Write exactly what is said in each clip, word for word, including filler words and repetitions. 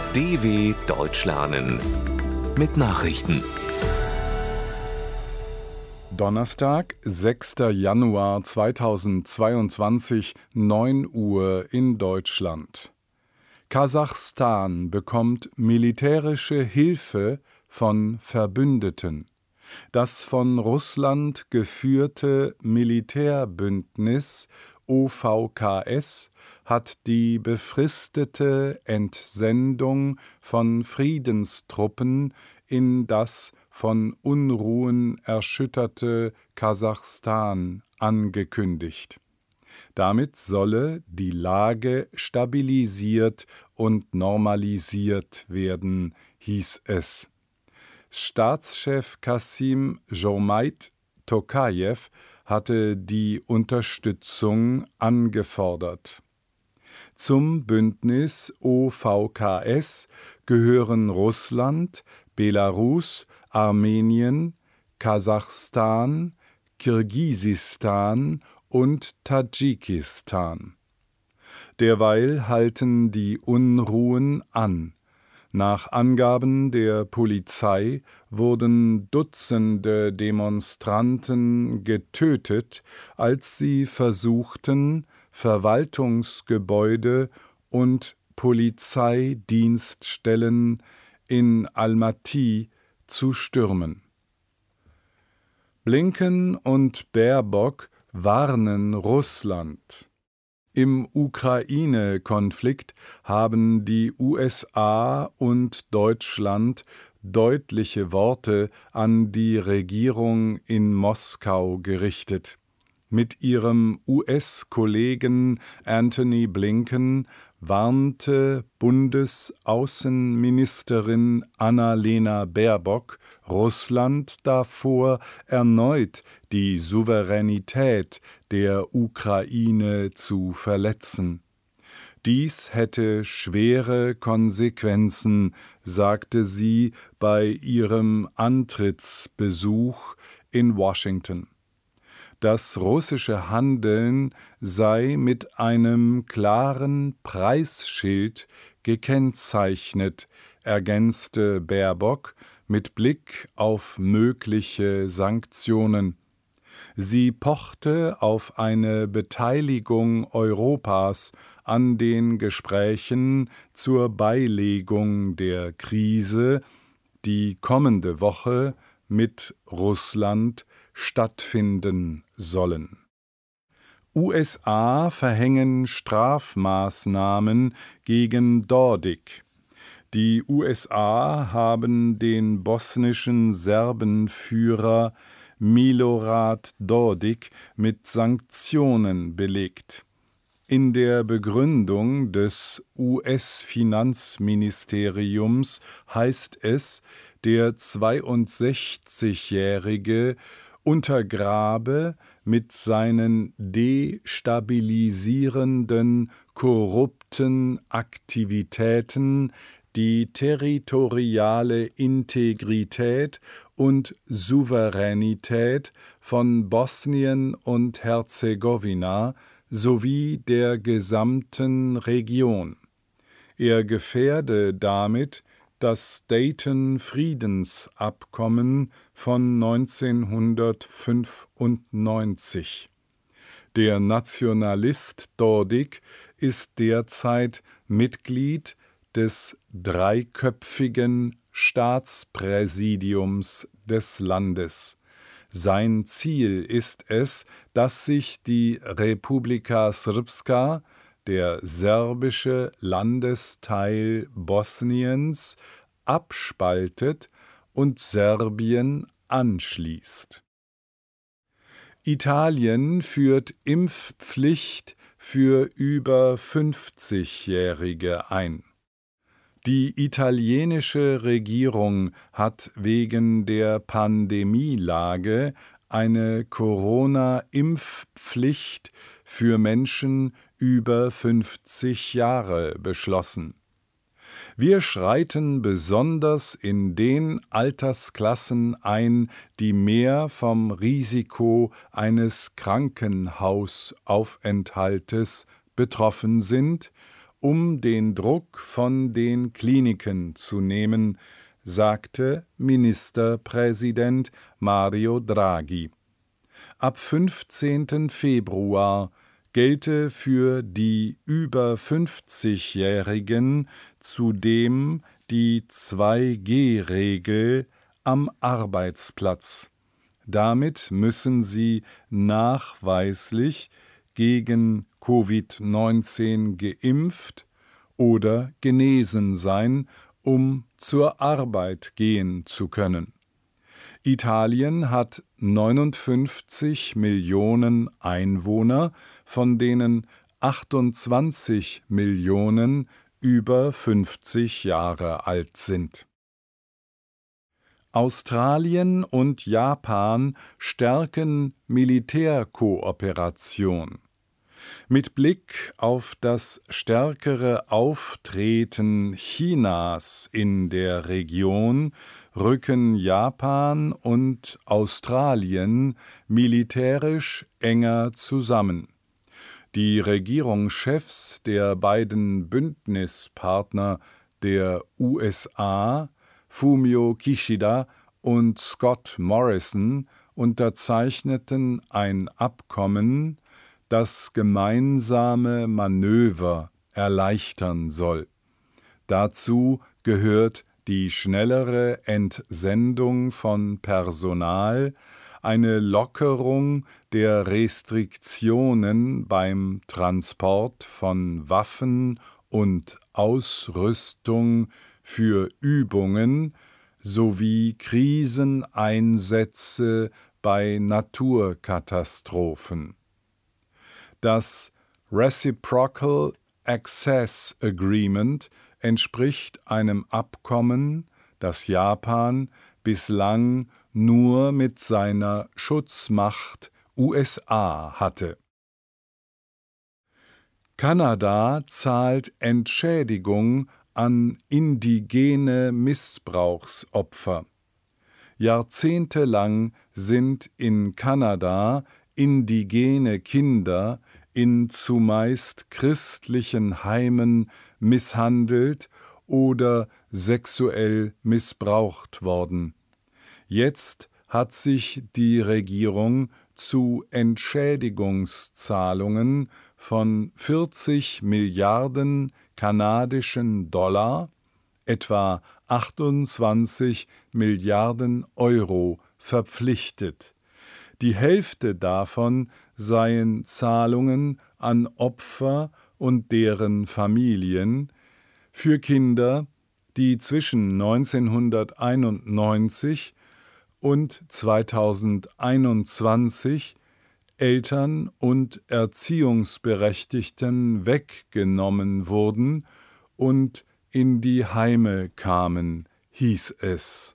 D W Deutsch lernen mit Nachrichten. Donnerstag, sechster Januar zweitausendzweiundzwanzig, neun Uhr in Deutschland. Kasachstan bekommt militärische Hilfe von Verbündeten. Das von Russland geführte Militärbündnis O V K S hat die befristete Entsendung von Friedenstruppen in das von Unruhen erschütterte Kasachstan angekündigt. Damit solle die Lage stabilisiert und normalisiert werden, hieß es. Staatschef Kassym-Jomart Tokajew hatte die Unterstützung angefordert. Zum Bündnis O V K S gehören Russland, Belarus, Armenien, Kasachstan, Kirgisistan und Tadschikistan. Derweil halten die Unruhen an. Nach Angaben der Polizei wurden Dutzende Demonstranten getötet, als sie versuchten, Verwaltungsgebäude und Polizeidienststellen in Almaty zu stürmen. Blinken und Baerbock warnen Russland. Im Ukraine-Konflikt haben die U S A und Deutschland deutliche Worte an die Regierung in Moskau gerichtet. Mit ihrem U S-Kollegen Antony Blinken warnte Bundesaußenministerin Annalena Baerbock Russland davor, erneut die Souveränität der Ukraine zu verletzen. Dies hätte schwere Konsequenzen, sagte sie bei ihrem Antrittsbesuch in Washington. Das russische Handeln sei mit einem klaren Preisschild gekennzeichnet, ergänzte Baerbock mit Blick auf mögliche Sanktionen. Sie pochte auf eine Beteiligung Europas an den Gesprächen zur Beilegung der Krise, die kommende Woche mit Russland stattfinden sollen. U S A verhängen Strafmaßnahmen gegen Dodik. Die U S A haben den bosnischen Serbenführer Milorad Dodik mit Sanktionen belegt. In der Begründung des U S-Finanzministeriums heißt es, der zweiundsechzigjährige untergrabe mit seinen destabilisierenden, korrupten Aktivitäten die territoriale Integrität und Souveränität von Bosnien und Herzegowina sowie der gesamten Region. Er gefährde damit das Dayton-Friedensabkommen von neunzehnhundertfünfundneunzig. Der Nationalist Dodik ist derzeit Mitglied des dreiköpfigen Staatspräsidiums des Landes. Sein Ziel ist es, dass sich die Republika Srpska, der serbische Landesteil Bosniens, abspaltet und Serbien anschließt. Italien führt Impfpflicht für über fünfzigjährige ein. Die italienische Regierung hat wegen der Pandemielage eine Corona-Impfpflicht für Menschen über fünfzig Jahre beschlossen. Wir schreiten besonders in den Altersklassen ein, die mehr vom Risiko eines Krankenhausaufenthaltes betroffen sind um den Druck von den Kliniken zu nehmen, sagte Ministerpräsident Mario Draghi. Ab fünfzehnten Februar gelte für die über fünfzigjährigen zudem die zwei G Regel am Arbeitsplatz. Damit müssen sie nachweislich gegen Covid neunzehn geimpft oder genesen sein, um zur Arbeit gehen zu können. Italien hat neunundfünfzig Millionen Einwohner, von denen achtundzwanzig Millionen über fünfzig Jahre alt sind. Australien und Japan stärken Militärkooperation. Mit Blick auf das stärkere Auftreten Chinas in der Region rücken Japan und Australien militärisch enger zusammen. Die Regierungschefs der beiden Bündnispartner der U S A, Fumio Kishida und Scott Morrison, unterzeichneten ein Abkommen, das gemeinsame Manöver erleichtern soll. Dazu gehört die schnellere Entsendung von Personal, eine Lockerung der Restriktionen beim Transport von Waffen und Ausrüstung für Übungen sowie Kriseneinsätze bei Naturkatastrophen. Das Reciprocal Access Agreement entspricht einem Abkommen, das Japan bislang nur mit seiner Schutzmacht U S A hatte. Kanada zahlt Entschädigung an indigene Missbrauchsopfer. Jahrzehntelang sind in Kanada indigene Kinder in zumeist christlichen Heimen misshandelt oder sexuell missbraucht worden. Jetzt hat sich die Regierung zu Entschädigungszahlungen von vierzig Milliarden kanadischen Dollar, etwa achtundzwanzig Milliarden Euro, verpflichtet. Die Hälfte davon seien Zahlungen an Opfer und deren Familien für Kinder, die zwischen neunzehnhunderteinundneunzig und zweitausendeinundzwanzig Eltern und Erziehungsberechtigten weggenommen wurden und in die Heime kamen, hieß es.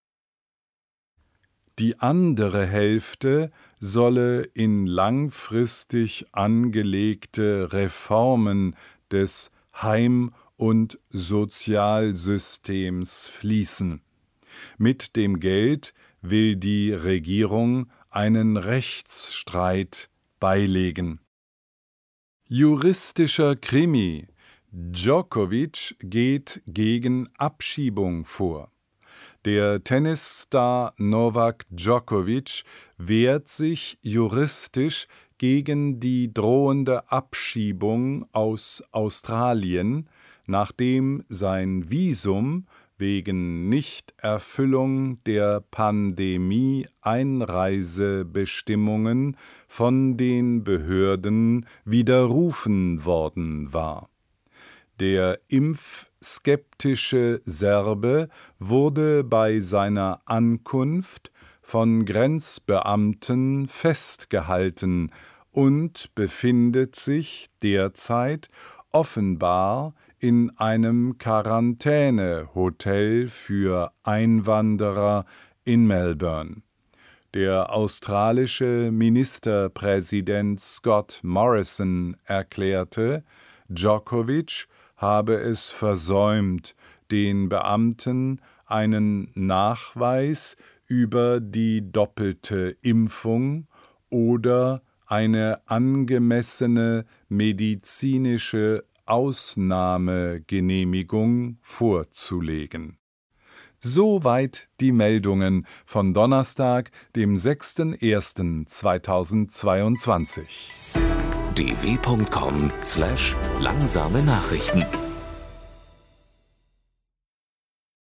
Die andere Hälfte solle in langfristig angelegte Reformen des Heim- und Sozialsystems fließen. Mit dem Geld will die Regierung einen Rechtsstreit beilegen. Juristischer Krimi: Djokovic geht gegen Abschiebung vor. Der Tennisstar Novak Djokovic wehrt sich juristisch gegen die drohende Abschiebung aus Australien, nachdem sein Visum wegen Nichterfüllung der Pandemie-Einreisebestimmungen von den Behörden widerrufen worden war. Der impfskeptische Serbe wurde bei seiner Ankunft von Grenzbeamten festgehalten und befindet sich derzeit offenbar in einem Quarantänehotel für Einwanderer in Melbourne. Der australische Ministerpräsident Scott Morrison erklärte, Djokovic habe es versäumt, den Beamten einen Nachweis über die doppelte Impfung oder eine angemessene medizinische Ausnahmegenehmigung vorzulegen. Soweit die Meldungen von Donnerstag, dem sechsten ersten zweitausendzweiundzwanzig. d w punkt com slash langsame Nachrichten